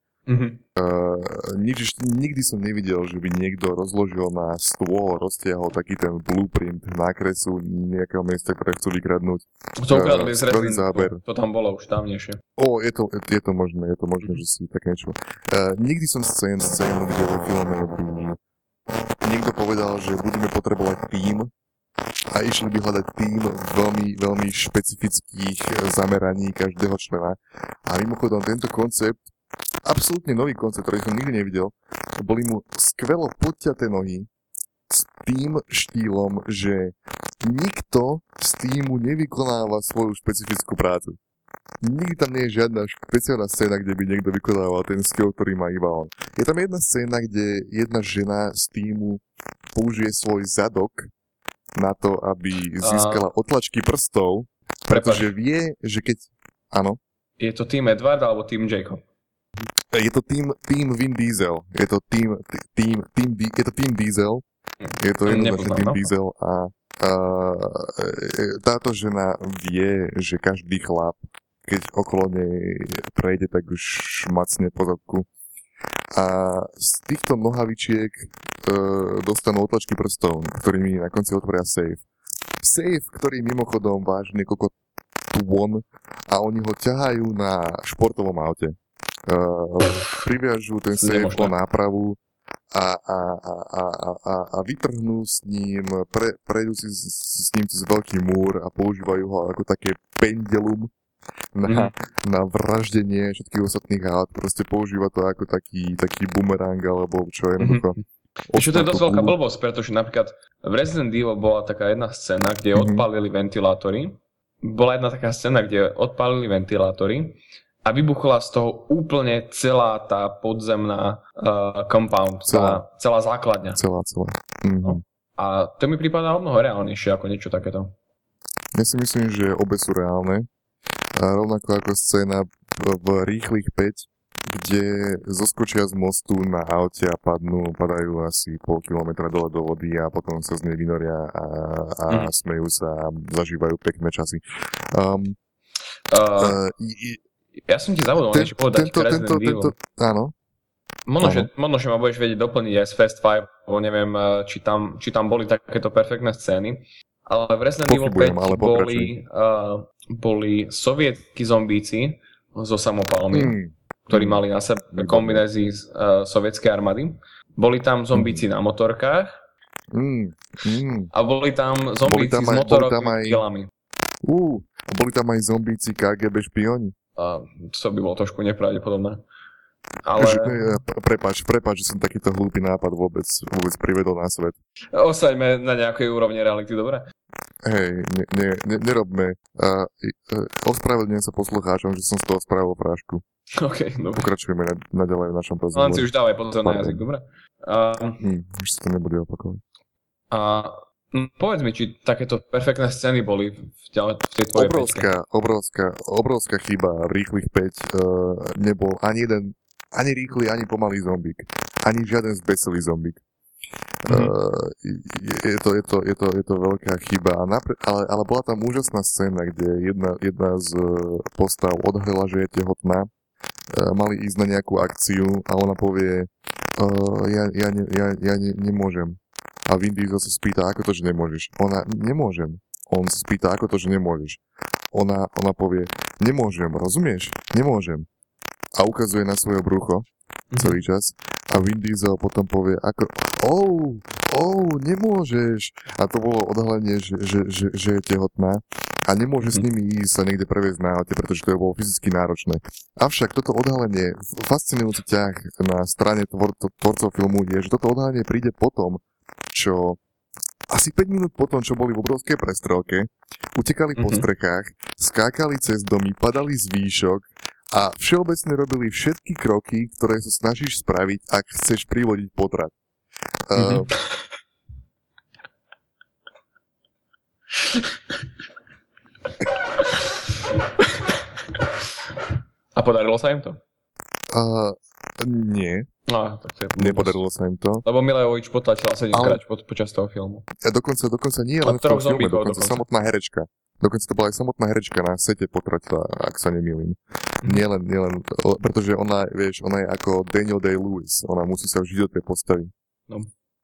Nikdy som nevidel, že by niekto rozložil na stôl, roztiahol taký ten blueprint nákresu nejakého miesta, ktoré chcú vykradnúť. To ukradli z Resident, to tam bolo už dávnejšie. Je to možné, že si tak niečo. Nikdy som scénu videl vo filme, by niekto povedal, že budeme potrebovať tím a išli by hľadať tím veľmi, veľmi špecifických zameraní každého člena. A mimochodom, tento koncept absolútne nový koncept, ktorý som nikdy nevidel. Boli mu skvelo podťaté nohy s tým štýlom, že nikto z týmu nevykonáva svoju špecifickú prácu. Nikdy tam nie je žiadna špeciálna scéna, kde by niekto vykonával ten skill, ktorý má iba on. Je tam jedna scéna, kde jedna žena z týmu použije svoj zadok na to, aby získala otlačky prstov, pretože vie, že keď... Áno? Je to Team Edward alebo Team Jacob? Je to Team Vin Diesel. Je to Team Diesel. Je to jednoznačne Team Diesel a táto žena vie, že každý chlap, keď okolo nej prejde, tak už šmacne po zadku. A z týchto nohavičiek dostanú otlačky prstov, ktorými na konci otvoria safe. Safe, ktorý mimochodom váži niekoľko tón a oni ho ťahajú na športovom aute. Priviažú ten safe o nápravu a vytrhnú s ním, prejdú si s ním cez veľký múr a používajú ho ako také pendulum na vraždenie všetkých ostatných aut. Proste používa to ako taký bumerang alebo čo je jednoducho. Čo to je dosť veľká blbosť, pretože napríklad v Resident Evil bola taká jedna scéna, kde odpálili ventilátory. Bola jedna taká scéna, kde odpálili ventilátory a vybuchla z toho úplne celá tá podzemná compound, celá základňa. Celá. No. A to mi prípada o mnoho reálnejšie ako niečo takéto. Ja si myslím, že obe sú reálne. A rovnako ako scéna v Rýchlych 5, kde zoskočia z mostu na aute a padajú asi pol kilometra dole do vody a potom sa z nej vynoria a smejú sa a zažívajú pekné časy. Ja som ti zabudol niečo povedať k Resident Evil. Áno. Možno, že ma budeš vedieť doplniť aj z Fast 5, lebo neviem, či tam boli takéto perfektné scény. Ale v Resident Evil 5 boli sovietskí zombíci so samopalmi, ktorí mali na sebe kombinézy z sovietskej armády. Boli tam zombíci na motorkách a boli tam zombíci s motorovými kilami. Boli tam aj zombíci KGB špioni. To by bolo trošku nepravdepodobné. Ale... Prepáč, že som takýto hlúpy nápad vôbec privedol na svet. Ostaňme na nejakej úrovni reality, dobre? Hej, nerobme. Ospravedlňujem sa poslucháčom, že som z toho spravil prášku. OK, dobre. Pokračujeme naďalej v našom rozhovoru. Len si už dávaj pozor na jazyk, dobre? Už sa to nebude opakovať. Povedz mi, či takéto perfektné scény boli v tej tvojej obrovská chyba v Rýchlych 5. Nebol ani jeden, ani rýchly, ani pomalý zombík. Ani žiaden zbesilý zombík. Je to veľká chyba. Ale bola tam úžasná scéna, kde jedna z postav odhalila, že je tehotná. Mali ísť na nejakú akciu a ona povie ja nemôžem. A Vin Diesel sa spýta, ako to, že nemôžeš. Ona, nemôžem. On sa spýta, ako to, že nemôžeš. Ona povie, nemôžem, rozumieš? Nemôžem. A ukazuje na svoje brucho celý čas. A Vin Diesel potom povie, nemôžeš. A to bolo odhalenie, že je tehotná. A nemôže s nimi ísť sa niekde previesť na aute, pretože to bolo fyzicky náročné. Avšak toto odhalenie, fascinujúci ťah na strane tvorcov filmu je, že toto odhalenie príde potom, čo asi 5 minút potom, čo boli v obrovskej prestrelke, utekali po strechách, skákali cez domy, padali z výšok a všeobecne robili všetky kroky, ktoré sa snažíš spraviť, ak chceš privodiť potrat. A podarilo sa im to? Nie. No, tak to je nepodarilo sa im to. Lebo Mila Jovovich potlačila 7-krát počas toho filmu. Dokonca nie len v tom filme, dokonca samotná herečka. Dokonca to bola aj samotná herečka na sete potratila, ak sa nemýlim. Nielen, pretože ona je ako Daniel Day-Lewis. Ona musí sa vžiť do tej postavy. No.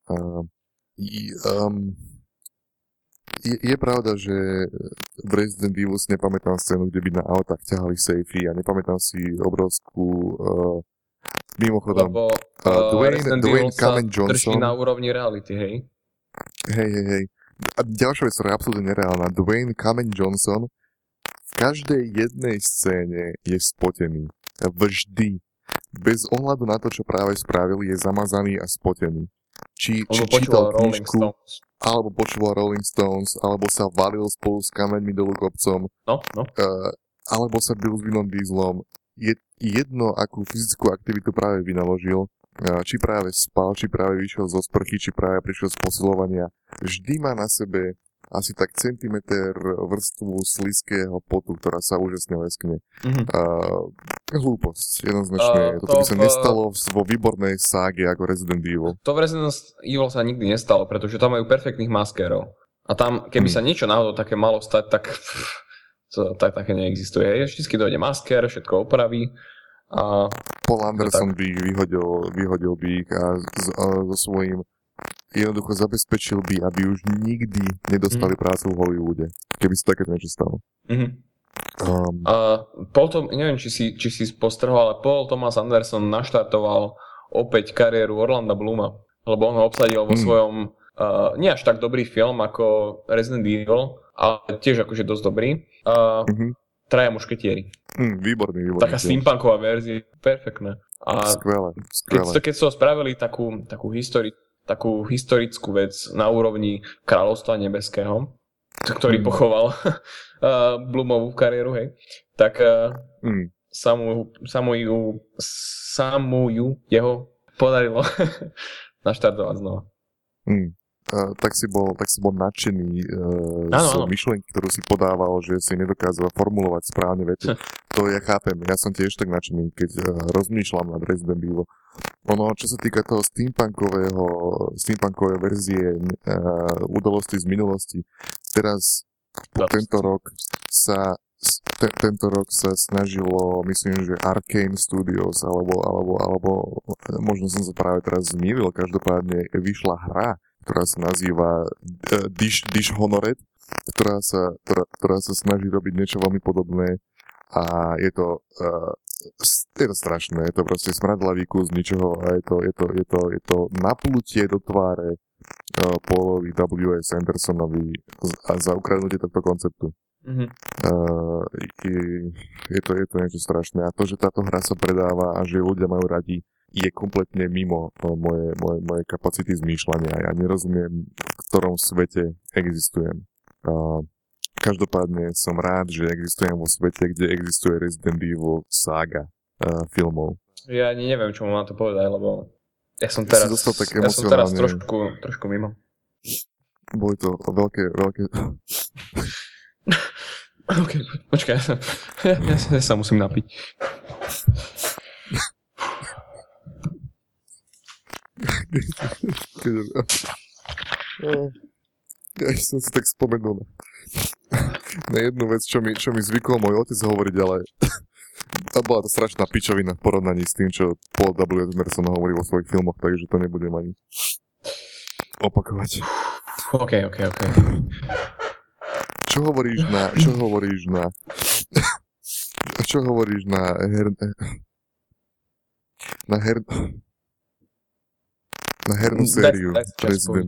Je pravda, že v Resident Evil si nepamätám scénu, kde by na autách ťahali safety a nepamätám si obrovskú mimochodom Dwayne Cameron Johnson drží na úrovni reality, hej? Hej. A ďalšia vec, ktorá je absolútne nereálna. Dwayne Cameron Johnson v každej jednej scéne je spotený. Vždy. bez ohľadu na to, čo práve spravil, je zamazaný a spotený. Či čítal Počúval Rolling knižku, Stones. alebo počúval Rolling Stones, alebo sa valil spolu s kameňmi dolu kopcom, No. alebo sa bil s Vinom Dieselom. Je jedno, akú fyzickú aktivitu práve vynaložil, či práve spal, či práve vyšiel zo sprchy, či práve prišiel z posilovania. Vždy má na sebe asi tak centimeter vrstvu slizkého potu, ktorá sa úžasne leskne. Hlúposť, jednoznačne. Toto by sa nestalo vo výbornej ságe ako Resident Evil. To v Resident Evil sa nikdy nestalo, pretože tam majú perfektných maskérov. A tam, keby sa niečo náhodou také malo stať, tak také neexistuje. Vždycky dojde maskér, všetko opraví. A Paul Anderson by vyhodil by ich a so svojím jednoducho zabezpečil by, aby už nikdy nedostali prácu v Hollywoode, keby sa také niečo stalo. Neviem, či si postrhol, ale Paul Thomas Anderson naštartoval opäť kariéru Orlanda Blooma, lebo on ho obsadil vo svojom nie až tak dobrý film ako Resident Evil, ale tiež akože dosť dobrý. Traja mušketieri. Výborný. Taká steampunková verzia, perfektné. Skvelé. Keď sa spravili takú historickú vec na úrovni Kráľovstva nebeského, ktorý pochoval Bloomovú kariéru, hej, tak sa mu jeho podarilo naštartovať znova. Tak si bol nadšený z myšlienky, ktorú si podával, že si nedokázal formulovať správne veci. To ja chápem, ja som tiež tak nadšený, keď rozmýšľam nad Resident Evil. Ono, čo sa týka toho steampunkovej verzie udalosti z minulosti, teraz tento rok sa snažilo, myslím, že Arcane Studios, alebo možno som sa práve teraz zmýlil, každopádne vyšla hra, ktorá sa nazýva Dishonored, ktorá sa snaží robiť niečo veľmi podobné a je to strašné, je to proste smradlavý kus ničoho a je to naplutie do tváre Paulovi W.S. Andersonovi za ukradnutie tohto konceptu. Je to niečo strašné a to, že táto hra sa predáva a že ľudia majú radi, je kompletne mimo moje kapacity zmýšľania. Ja nerozumiem, v ktorom svete existujem. Každopádne som rád, že existujem vo svete, kde existuje Resident Evil saga filmov. Ja ani neviem, čo mám na to povedať, lebo ja som teraz trošku mimo. Boli to veľké... OK, počkaj, ja sa musím napiť. Ja som si tak spomenul na jednu vec, čo mi zvykol môj otec hovoriť, ale bola to strašná pičovina v porovnaní s tým, čo Paul W. Anderson hovorí vo svojich filmoch, takže to nebudem ani opakovať. OK. Čo hovoríš na hernú sériu Resident.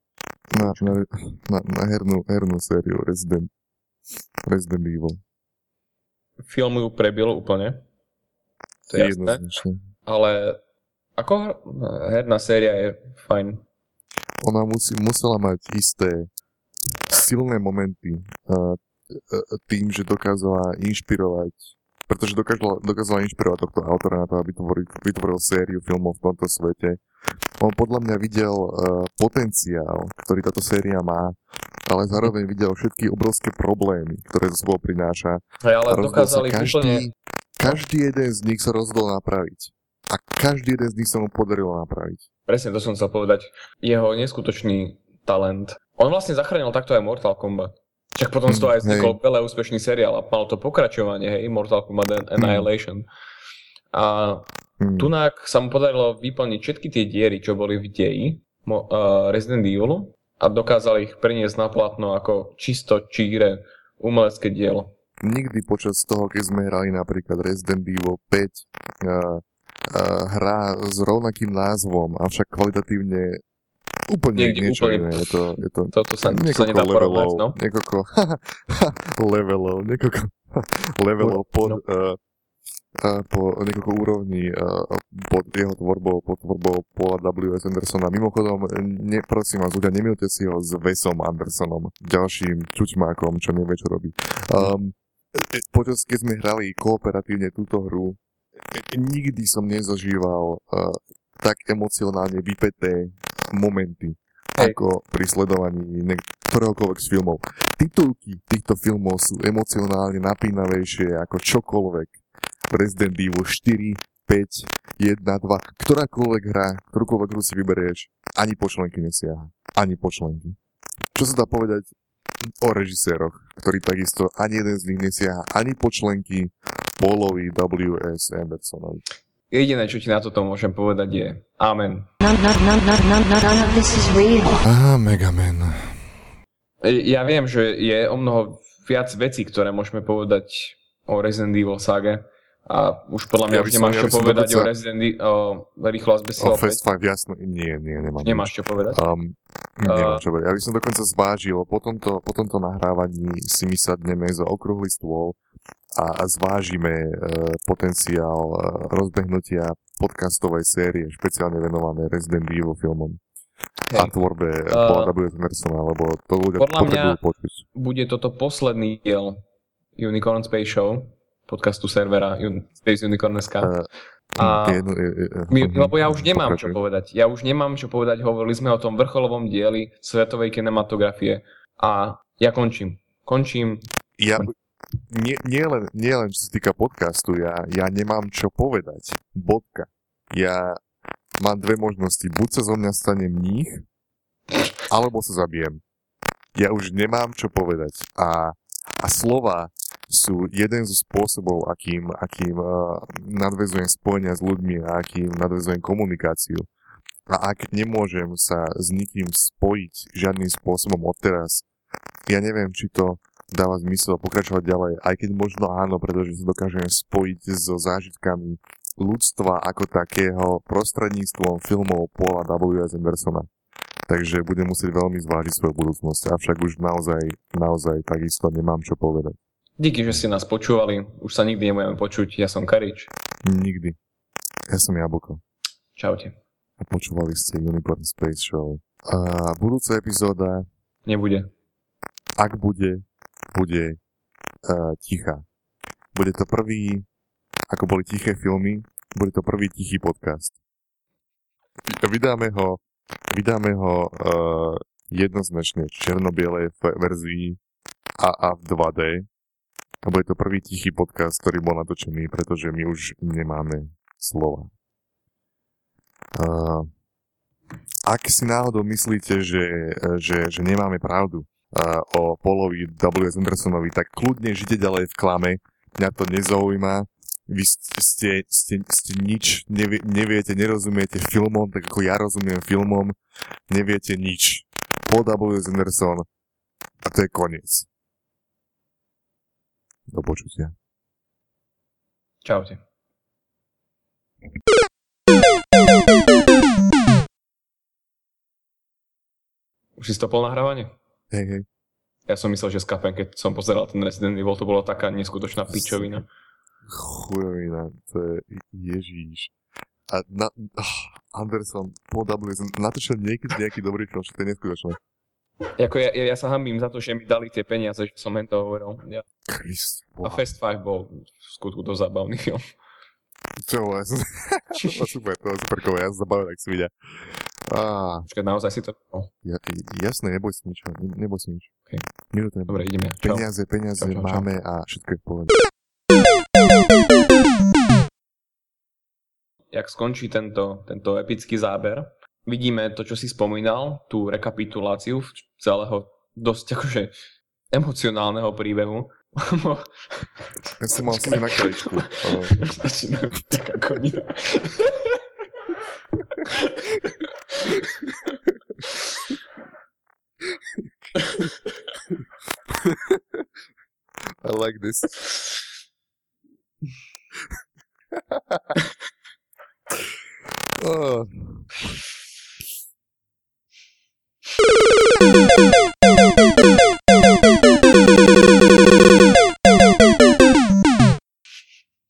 Na hernú sériu Resident Evil. Film ju prebil úplne. To je jasné. Ale ako herná séria je fajn. Ona musela mať isté silné momenty tým, že dokázala inšpirovať, pretože dokázala inšpirovať tohto autora na to, aby vytvoril sériu filmov v tomto svete. On podľa mňa videl potenciál, ktorý táto séria má, ale zároveň videl všetky obrovské problémy, ktoré zo sebou prináša. Ale dokázali každý jeden z nich sa rozhodol napraviť. A každý jeden z nich sa mu podarilo napraviť. Presne, to som chcel povedať. Jeho neskutočný talent. On vlastne zachránil takto aj Mortal Kombat. Však potom z toho aj vznikol veľa úspešný seriál a malo to pokračovanie, hej, Mortal Kombat Annihilation. A tunák sa mu podarilo vyplniť všetky tie diery, čo boli v deji Resident Evilu a dokázali ich preniesť na platno ako čisto číre umelecké dielo. Nikdy počas toho, keď sme hrali napríklad Resident Evil 5, hra s rovnakým názvom, avšak kvalitatívne úplne niečo iné. Toto sa nedá porovnať, no? Niekoľko levelov pod po niekoľko úrovní pod jeho tvorbou, pod tvorbou Paula W.S. Andersona. Mimochodom, prosím vás, ľudia, nemilte si ho s Wesom Andersonom, ďalším čučmákom, čo nevie, čo robí. Počas, keď sme hrali kooperatívne túto hru, nikdy som nezažíval tak emocionálne vypäté momenty, ako pri sledovaní ktoréhokoľvek z filmov. Titulky týchto filmov sú emocionálne napínavejšie ako čokoľvek. Resident Evil 4, 5, 1, 2, ktorákoľvek hra, ktorúkoľvek hru si vyberieš, ani po členky nesiaha. Ani po členky. Čo sa dá povedať o režiséroch, ktorí takisto ani jeden z nich nesiaha ani po členky Paulovi W.S. Andersonovi. Jediné, čo ti na toto môžem povedať je Amen. None of this is real. Megaman. Ja viem, že je o mnoho viac vecí, ktoré môžeme povedať o Resident Evil ságe. A už podľa mňa už nemáš čo povedať o Resident Evil, o Rýchlo a zbesilo 5. Fast 5, jasno, nie, nemám. Nemáš čo povedať? Nemám čo povedať. Ja by som dokonca zvážil, po tomto nahrávaní si my sadneme za okrúhly stôl a zvážime potenciál rozbehnutia podcastovej série, špeciálne venované Resident Evil filmom. A tvorbe Paula W.S. Andersona, lebo to ľudia potrebujú počuť. Bude toto posledný diel Unicorn Space Show, podcastu servera Space Unicorn.sk. Lebo ja už nemám čo povedať. Hovorili sme o tom vrcholovom dieli svetovej kinematografie a ja končím. Nie len čo sa týka podcastu, ja nemám čo povedať. Bodka. Ja mám dve možnosti. Buď sa zo mňa stane mních, alebo sa zabijem. Ja už nemám čo povedať. A slova sú jeden zo spôsobov, akým nadväzujem spojenia s ľuďmi a akým nadväzujem komunikáciu. A ak nemôžem sa s nikým spojiť žiadnym spôsobom odteraz, ja neviem, či to dáva zmysel pokračovať ďalej, aj keď možno áno, pretože sa dokážeme spojiť so zážitkami ľudstva ako takého prostredníctvom filmov Paula W.S. Andersona. Takže budem musieť veľmi zvážiť svoju budúcnosť, avšak už naozaj takisto nemám čo povedať. Díky, že ste nás počúvali. Už sa nikdy nebudeme počuť. Ja som Karič. Nikdy. Ja som Jablko. Čaute. A počúvali ste Unicorn Space Show. A budúca epizóda... Nebude. Ak bude tichá. Bude to prvý, ako boli tiché filmy, bude to prvý tichý podcast. Vydáme ho jednoznačne v černo-bielej verzii a v 2D. A bude to prvý tichý podcast, ktorý bol natočený, pretože my už nemáme slova. Ak si náhodou myslíte, že nemáme pravdu o Paulovi W.S. Andersonovi, tak kľudne žite ďalej v klame. Mňa to nezaujíma. Vy ste nič, neviete, nerozumiete filmom, tak ako ja rozumiem filmom, neviete nič. Paul W.S. Anderson a to je koniec. Do počutia. Čaute. Už si stopol nahrávanie? Hej. Ja som myslel, že skapem, keď som pozeral ten Resident Evil, to bolo taká neskutočná pičovina. Chujovina, to je Ježíš. A Anderson, Paul W.S. natočil nejaký dobrý film, čo to je neskutočné. Ja sa hanbím za to, že mi dali tie peniaze, že som to hovoril. Ja. Christ, a Fast 5 bol v skutku dosť zábavný film. Čo, super, to je super kové, ja sa zabavil, tak si vidia. Počkaj, naozaj si to... Jasné, neboj si nič. Okay. Dobre, ideme. Peniaze čau. Máme a všetko je v pohode. Jak skončí tento epický záber, vidíme to, čo si spomínal, tú rekapituláciu celého dosť akože emocionálneho príbehu. Ja som mal si na krajičku. Začína byť taká konina. I like this. Oh.